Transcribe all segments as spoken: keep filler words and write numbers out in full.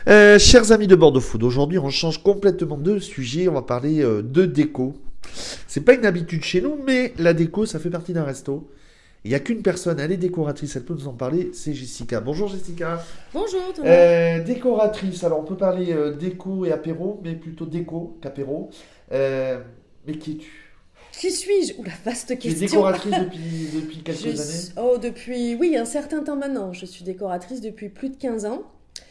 Euh, chers amis de Bordeaux Food, aujourd'hui on change complètement de sujet, on va parler euh, de déco. C'est pas une habitude chez nous, mais la déco ça fait partie d'un resto. Il n'y a qu'une personne, elle est décoratrice, elle peut nous en parler, c'est Jessica. Bonjour Jessica. Bonjour Thomas. Euh, décoratrice, alors on peut parler euh, déco et apéro, mais plutôt déco qu'apéro. Euh, mais qui es-tu? Qui suis-je? Oula, vaste Tu es question. décoratrice depuis, depuis quelques Je années? suis- Oh, depuis, oui, un certain temps maintenant. Je suis décoratrice depuis plus de quinze ans.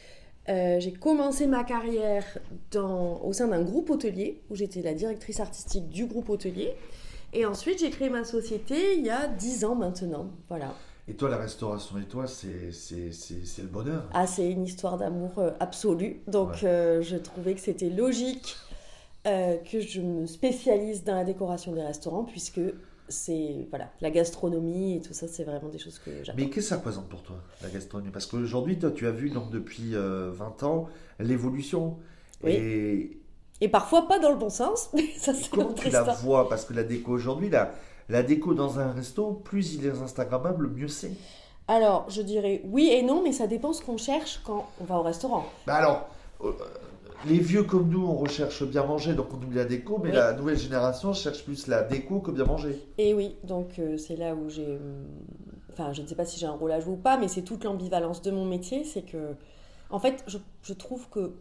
Euh, j'ai commencé ma carrière dans, au sein d'un groupe hôtelier, où j'étais la directrice artistique du groupe hôtelier. Et ensuite, j'ai créé ma société il y a dix ans maintenant. Voilà. Et toi, la restauration et toi, c'est c'est- c'est- c'est le bonheur. Ah, c'est une histoire d'amour euh, absolue. Donc, Ouais. euh, je trouvais que c'était logique euh, que je me spécialise dans la décoration des restaurants, puisque c'est voilà, la gastronomie et tout ça, c'est vraiment des choses que Mais j'adore. qu'est-ce que ça représente pour toi, la gastronomie? Parce qu'aujourd'hui, toi, tu as vu donc depuis euh, vingt ans l'évolution. Oui. Et, Et parfois pas dans le bon sens, mais ça et c'est comment notre tu la histoire. vois? Parce que la déco aujourd'hui, la, la déco dans un resto, plus il est Instagrammable, mieux c'est. Alors, je dirais oui et non, mais ça dépend ce qu'on cherche quand on va au restaurant. Bah alors, euh, les vieux comme nous, on recherche bien manger, donc on oublie la déco, mais Oui. la nouvelle génération cherche plus la déco que bien manger. Et oui, donc euh, c'est là où j'ai... hum, Enfin, je ne sais pas si j'ai un rôle à jouer ou pas, mais c'est toute l'ambivalence de mon métier, c'est que... En fait, je, je trouve que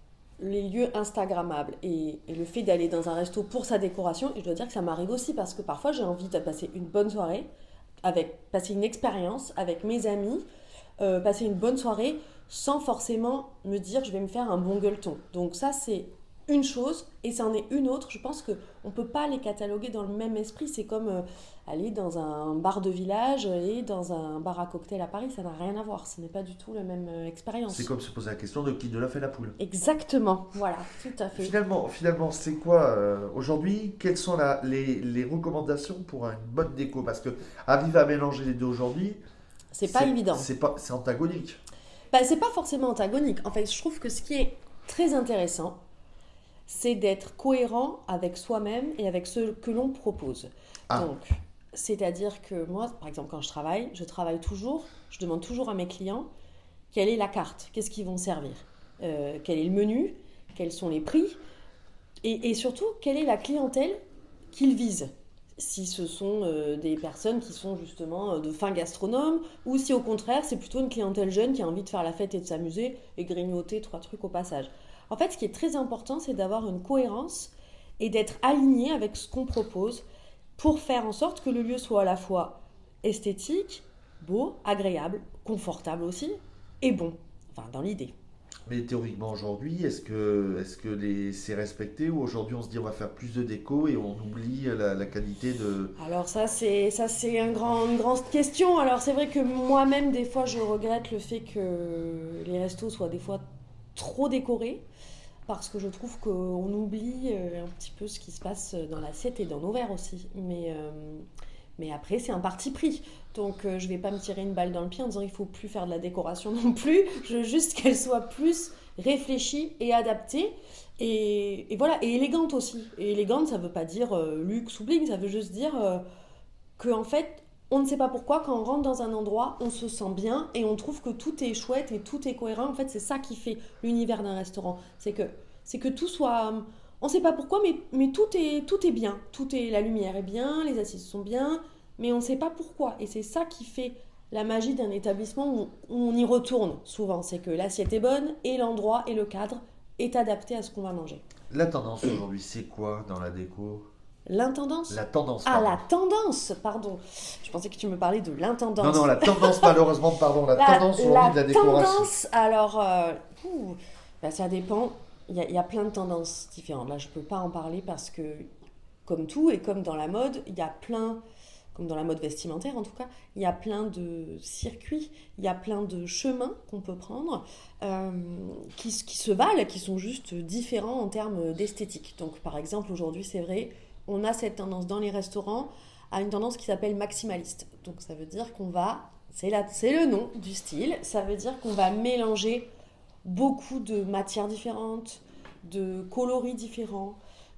les lieux Instagrammables et, et le fait d'aller dans un resto pour sa décoration, et je dois dire que ça m'arrive aussi parce que parfois j'ai envie de passer une bonne soirée, avec, passer une expérience avec mes amis, euh, passer une bonne soirée sans forcément me dire je vais me faire un bon gueuleton. Donc ça c'est une chose et ça en est une autre. Je pense que on peut pas les cataloguer dans le même esprit. C'est comme euh, aller dans un bar de village et dans un bar à cocktail à Paris, ça n'a rien à voir. Ce n'est pas du tout la même euh, C'est expérience. comme se poser la question de qui de l'œuf et la poule. Exactement, voilà, tout à fait. Finalement, finalement, c'est quoi euh, aujourd'hui? Quelles sont la- les, les recommandations pour une bonne déco? Parce que arriver à mélanger les deux aujourd'hui, C'est pas c'est évident. c'est pas c'est antagonique. Bah, c'est pas forcément antagonique. En fait, je trouve que ce qui est très intéressant, c'est d'être cohérent avec soi-même et avec ce que l'on propose. Ah, Donc, c'est-à-dire que moi, par exemple, quand je travaille, je travaille toujours, je demande toujours à mes clients quelle est la carte, qu'est-ce qu'ils vont servir, euh, quel est le menu, quels sont les prix, et, et surtout, quelle est la clientèle qu'ils visent. Si ce sont euh, des personnes qui sont justement euh, de fins gastronomes, ou si au contraire c'est plutôt une clientèle jeune qui a envie de faire la fête et de s'amuser et grignoter trois trucs au passage. En fait, ce qui est très important, c'est d'avoir une cohérence et d'être aligné avec ce qu'on propose pour faire en sorte que le lieu soit à la fois esthétique, beau, agréable, confortable aussi, et bon, enfin dans l'idée. mais théoriquement aujourd'hui, est-ce que est-ce que les c'est respecté ou aujourd'hui on se dit on va faire plus de déco et on oublie la, la qualité de. Alors ça c'est ça c'est un grand, une grande question. Alors c'est vrai que moi-même des fois je regrette le fait que les restos soient des fois trop décorés parce que je trouve qu'on oublie euh, un petit peu ce qui se passe dans l'assiette et dans nos verres aussi. Mais euh, mais après c'est un parti pris. Donc euh, je vais pas me tirer une balle dans le pied en disant il faut plus faire de la décoration non plus. Je veux juste qu'elle soit plus réfléchie et adaptée. Et, et voilà, et élégante aussi. Et élégante, ça veut pas dire euh, luxe ou bling, ça veut juste dire euh, que en fait, on ne sait pas pourquoi, quand on rentre dans un endroit, on se sent bien et on trouve que tout est chouette et tout est cohérent. En fait, c'est ça qui fait l'univers d'un restaurant. C'est que, c'est que tout soit. euh, On ne sait pas pourquoi, mais, mais tout, est, tout est bien. Tout est, la lumière est bien, les assiettes sont bien, mais on ne sait pas pourquoi. Et c'est ça qui fait la magie d'un établissement où, où on y retourne souvent. C'est que l'assiette est bonne et l'endroit et le cadre est adapté à ce qu'on va manger. La tendance aujourd'hui, c'est quoi dans la déco? L'intendance. La tendance, Ah, pardon. la tendance, pardon. Je pensais que tu me parlais de Non, non, l'intendance. la tendance, malheureusement, pardon, la La, tendance aujourd'hui la de la décoration. tendance, alors, euh, ouh, bah, ça dépend. Il y, a, il y a plein de tendances différentes. Là, je ne peux pas en parler parce que, comme tout et comme dans la mode, il y a plein, comme dans la mode vestimentaire en tout cas, il y a plein de circuits, il y a plein de chemins qu'on peut prendre euh, qui, qui se valent, qui sont juste différents en termes d'esthétique. Donc, par exemple, aujourd'hui, c'est vrai, on a cette tendance dans les restaurants à une tendance qui s'appelle maximaliste. Donc, ça veut dire qu'on va, c'est, la, c'est le nom du style, ça veut dire qu'on va mélanger beaucoup de matières différentes, de coloris différents,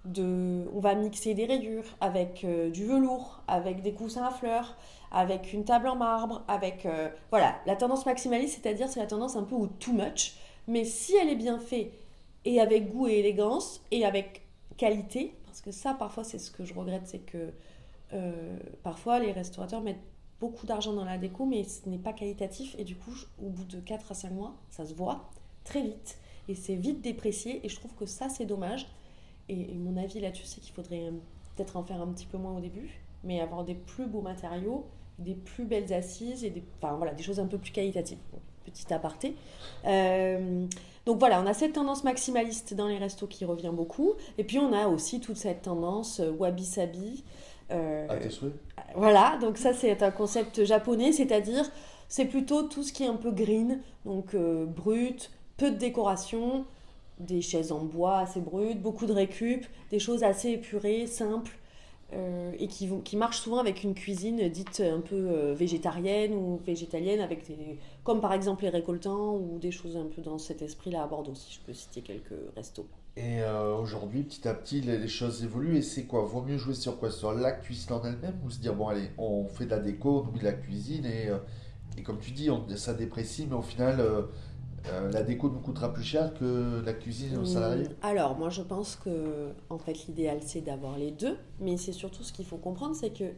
de, on va mixer des rayures avec euh, du velours, avec des coussins à fleurs, avec une table en marbre, avec... euh, voilà, la tendance maximaliste, c'est-à-dire c'est la tendance un peu au too much, Mais si elle est bien faite, et avec goût et élégance, et avec qualité, parce que ça, parfois, c'est ce que je regrette, c'est que euh, parfois, les restaurateurs mettent beaucoup d'argent dans la déco, mais ce n'est pas qualitatif, et du coup, au bout de quatre à cinq mois, ça se voit très vite, et c'est vite déprécié, et je trouve que ça, c'est dommage. Et, et mon avis là-dessus, c'est qu'il faudrait euh, peut-être en faire un petit peu moins au début, mais avoir des plus beaux matériaux, des plus belles assises, et des, enfin, voilà, des choses un peu plus qualitatives. Bon, petit aparté. Euh, donc voilà, on a cette tendance maximaliste dans les restos qui revient beaucoup, et puis on a aussi toute cette tendance euh, wabi-sabi. Euh, À tes souhaits. Voilà, donc ça c'est un concept japonais, c'est-à-dire c'est plutôt tout ce qui est un peu green, donc euh, brut, peu de décoration, des chaises en bois assez brutes, beaucoup de récup, des choses assez épurées, simples, euh, et qui, vont, qui marchent souvent avec une cuisine dite un peu euh, végétarienne ou végétalienne, avec des, comme par exemple les récoltants ou des choses un peu dans cet esprit-là à Bordeaux, si je peux citer quelques restos. Et euh, aujourd'hui, petit à petit, les, les choses évoluent. Et c'est quoi? Vaut mieux jouer sur quoi? Sur la cuisine en elle-même ou se dire, bon, allez, on fait de la déco, on oublie de la cuisine et, euh, et comme tu dis, on, ça déprécie, mais au final, euh, euh, la déco nous coûtera plus cher que la cuisine aux salariés. Hum, Alors, moi je pense que en fait l'idéal c'est d'avoir les deux, mais c'est surtout ce qu'il faut comprendre, c'est que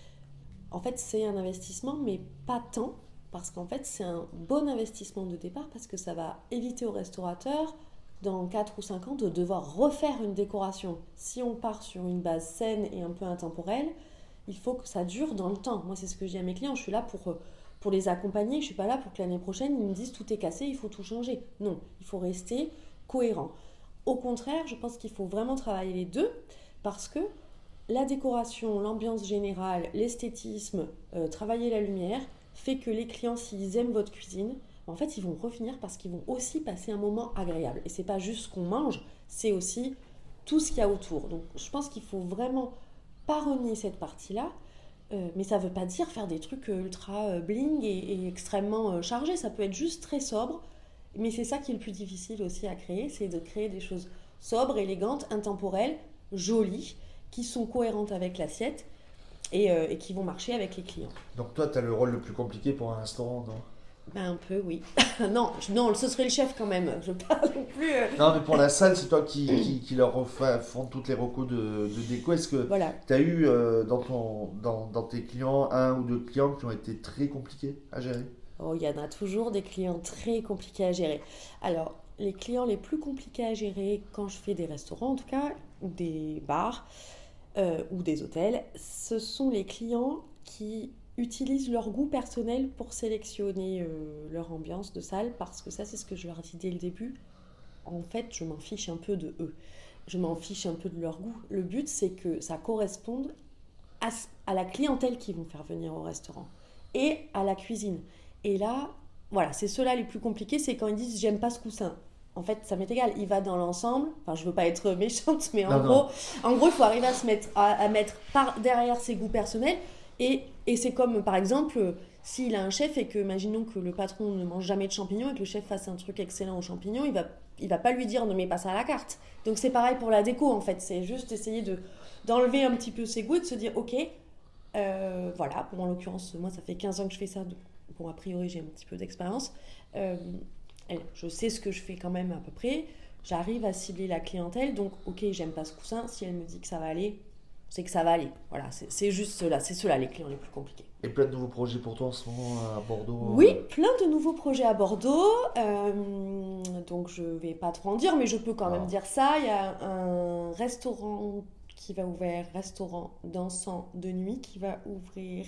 en fait c'est un investissement, mais pas tant, parce qu'en fait c'est un bon investissement de départ, parce que ça va éviter aux restaurateurs dans quatre ou cinq ans de devoir refaire une décoration. Si on part sur une base saine et un peu intemporelle, il faut que ça dure dans le temps. Moi c'est ce que je dis à mes clients, je suis là pour, pour les accompagner, je ne suis pas là pour que l'année prochaine ils me disent tout est cassé, il faut tout changer. Non, il faut rester cohérent. Au contraire, je pense qu'il faut vraiment travailler les deux, parce que la décoration, l'ambiance générale, l'esthétisme, euh, travailler la lumière, fait que les clients, s'ils aiment votre cuisine, en fait, ils vont revenir parce qu'ils vont aussi passer un moment agréable. Et c'est pas juste ce qu'on mange, c'est aussi tout ce qu'il y a autour. Donc, je pense qu'il faut vraiment pas renier cette partie-là, euh, mais ça veut pas dire faire des trucs ultra euh, bling et, et extrêmement euh, chargés. Ça peut être juste très sobre, mais c'est ça qui est le plus difficile aussi à créer, c'est de créer des choses sobres, élégantes, intemporelles, jolies, qui sont cohérentes avec l'assiette et, euh, et qui vont marcher avec les clients. Donc toi, tu as le rôle le plus compliqué pour un restaurant, non? Ben, un peu, oui. non, je- non, ce serait le chef quand même. Je parle non plus. euh, Non, mais pour la salle, c'est toi qui, qui, qui leur refa- font toutes les recos de, de déco. Est-ce que Voilà. tu as eu euh, dans, ton, dans, dans tes clients un ou deux clients qui ont été très compliqués à gérer? Oh, il y en a toujours des clients très compliqués à gérer. Alors, les clients les plus compliqués à gérer quand je fais des restaurants, en tout cas, ou des bars, euh, ou des hôtels, ce sont les clients qui utilisent leur goût personnel pour sélectionner euh, leur ambiance de salle, parce que ça, c'est ce que je leur dis dès le début. En fait, je m'en fiche un peu de eux. Je m'en fiche un peu de leur goût. Le but, c'est que ça corresponde à, s- à la clientèle qu'ils vont faire venir au restaurant et à la cuisine. Et là, voilà, c'est ceux-là les plus compliqués, c'est quand ils disent j'aime pas ce coussin. En fait, ça m'est égal, il va dans l'ensemble. Enfin, je veux pas être méchante, mais en Non, gros, non. en gros, il faut arriver à se mettre, à, à mettre par derrière ses goûts personnels. Et, et c'est comme, par exemple, euh, s'il a un chef et que, imaginons que le patron ne mange jamais de champignons et que le chef fasse un truc excellent aux champignons, il va, il va pas lui dire ne mets pas ça à la carte. Donc c'est pareil pour la déco, en fait. C'est juste essayer de, d'enlever un petit peu ses goûts et de se dire ok, euh, voilà. Bon, en l'occurrence, moi, ça fait quinze ans que je fais ça. Donc, bon, a priori, j'ai un petit peu d'expérience. Euh, et je sais ce que je fais quand même à peu près. J'arrive à cibler la clientèle. Donc, ok, j'aime pas ce coussin. Si elle me dit que ça va aller, c'est que ça va aller. Voilà, c'est c'est juste cela. C'est ceux-là les clients les plus compliqués. Et plein de nouveaux projets pour toi en ce moment à Bordeaux? Oui, euh, plein de nouveaux projets à Bordeaux. Euh, donc, je vais pas trop en dire, mais je peux quand même Non. dire ça. Il y a un restaurant qui va ouvrir, restaurant dansant de nuit, qui va ouvrir,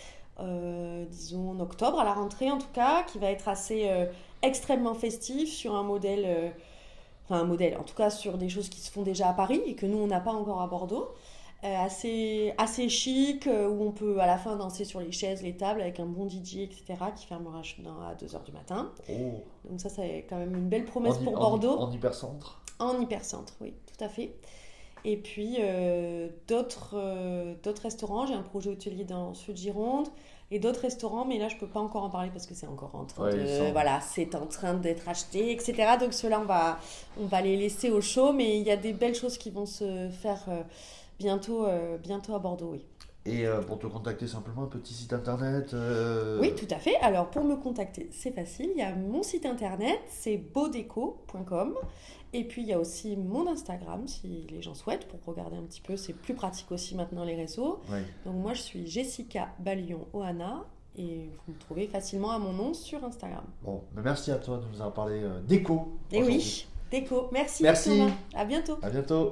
euh, disons, en octobre, à la rentrée en tout cas, qui va être assez euh, extrêmement festif sur un modèle, euh, enfin un modèle, en tout cas sur des choses qui se font déjà à Paris et que nous, on n'a pas encore à Bordeaux. Euh, assez, assez chic, euh, où on peut à la fin danser sur les chaises, les tables, avec un bon D J, et cetera, qui fermera dans- à deux heures du matin. Oh. Donc ça, c'est quand même une belle promesse En, pour en- Bordeaux. en hypercentre? En hypercentre, oui, tout à fait. Et puis euh, d'autres euh, d'autres restaurants. J'ai un projet hôtelier dans Sud Gironde et d'autres restaurants, mais là je peux pas encore en parler parce que c'est encore en train Ouais, de ils sont- voilà, c'est en train d'être acheté, et cetera. Donc ceux-là on va on va les laisser au chaud, mais il y a des belles choses qui vont se faire euh, bientôt euh, bientôt à Bordeaux, oui. Et euh, pour te contacter simplement, un petit site internet. euh, Oui, tout à fait. Alors, pour me contacter, c'est facile. Il y a mon site internet, c'est beaudeco point com. Et puis, il y a aussi mon Instagram, si les gens souhaitent, pour regarder un petit peu. C'est plus pratique aussi maintenant, les réseaux. Ouais. Donc, moi, je suis Jessica Balion Ohana. Et vous me trouvez facilement à mon nom sur Instagram. Bon, mais merci à toi de nous avoir parlé euh, déco. Et aujourd'hui. oui, déco. Merci, Merci. Thomas. À bientôt. À bientôt.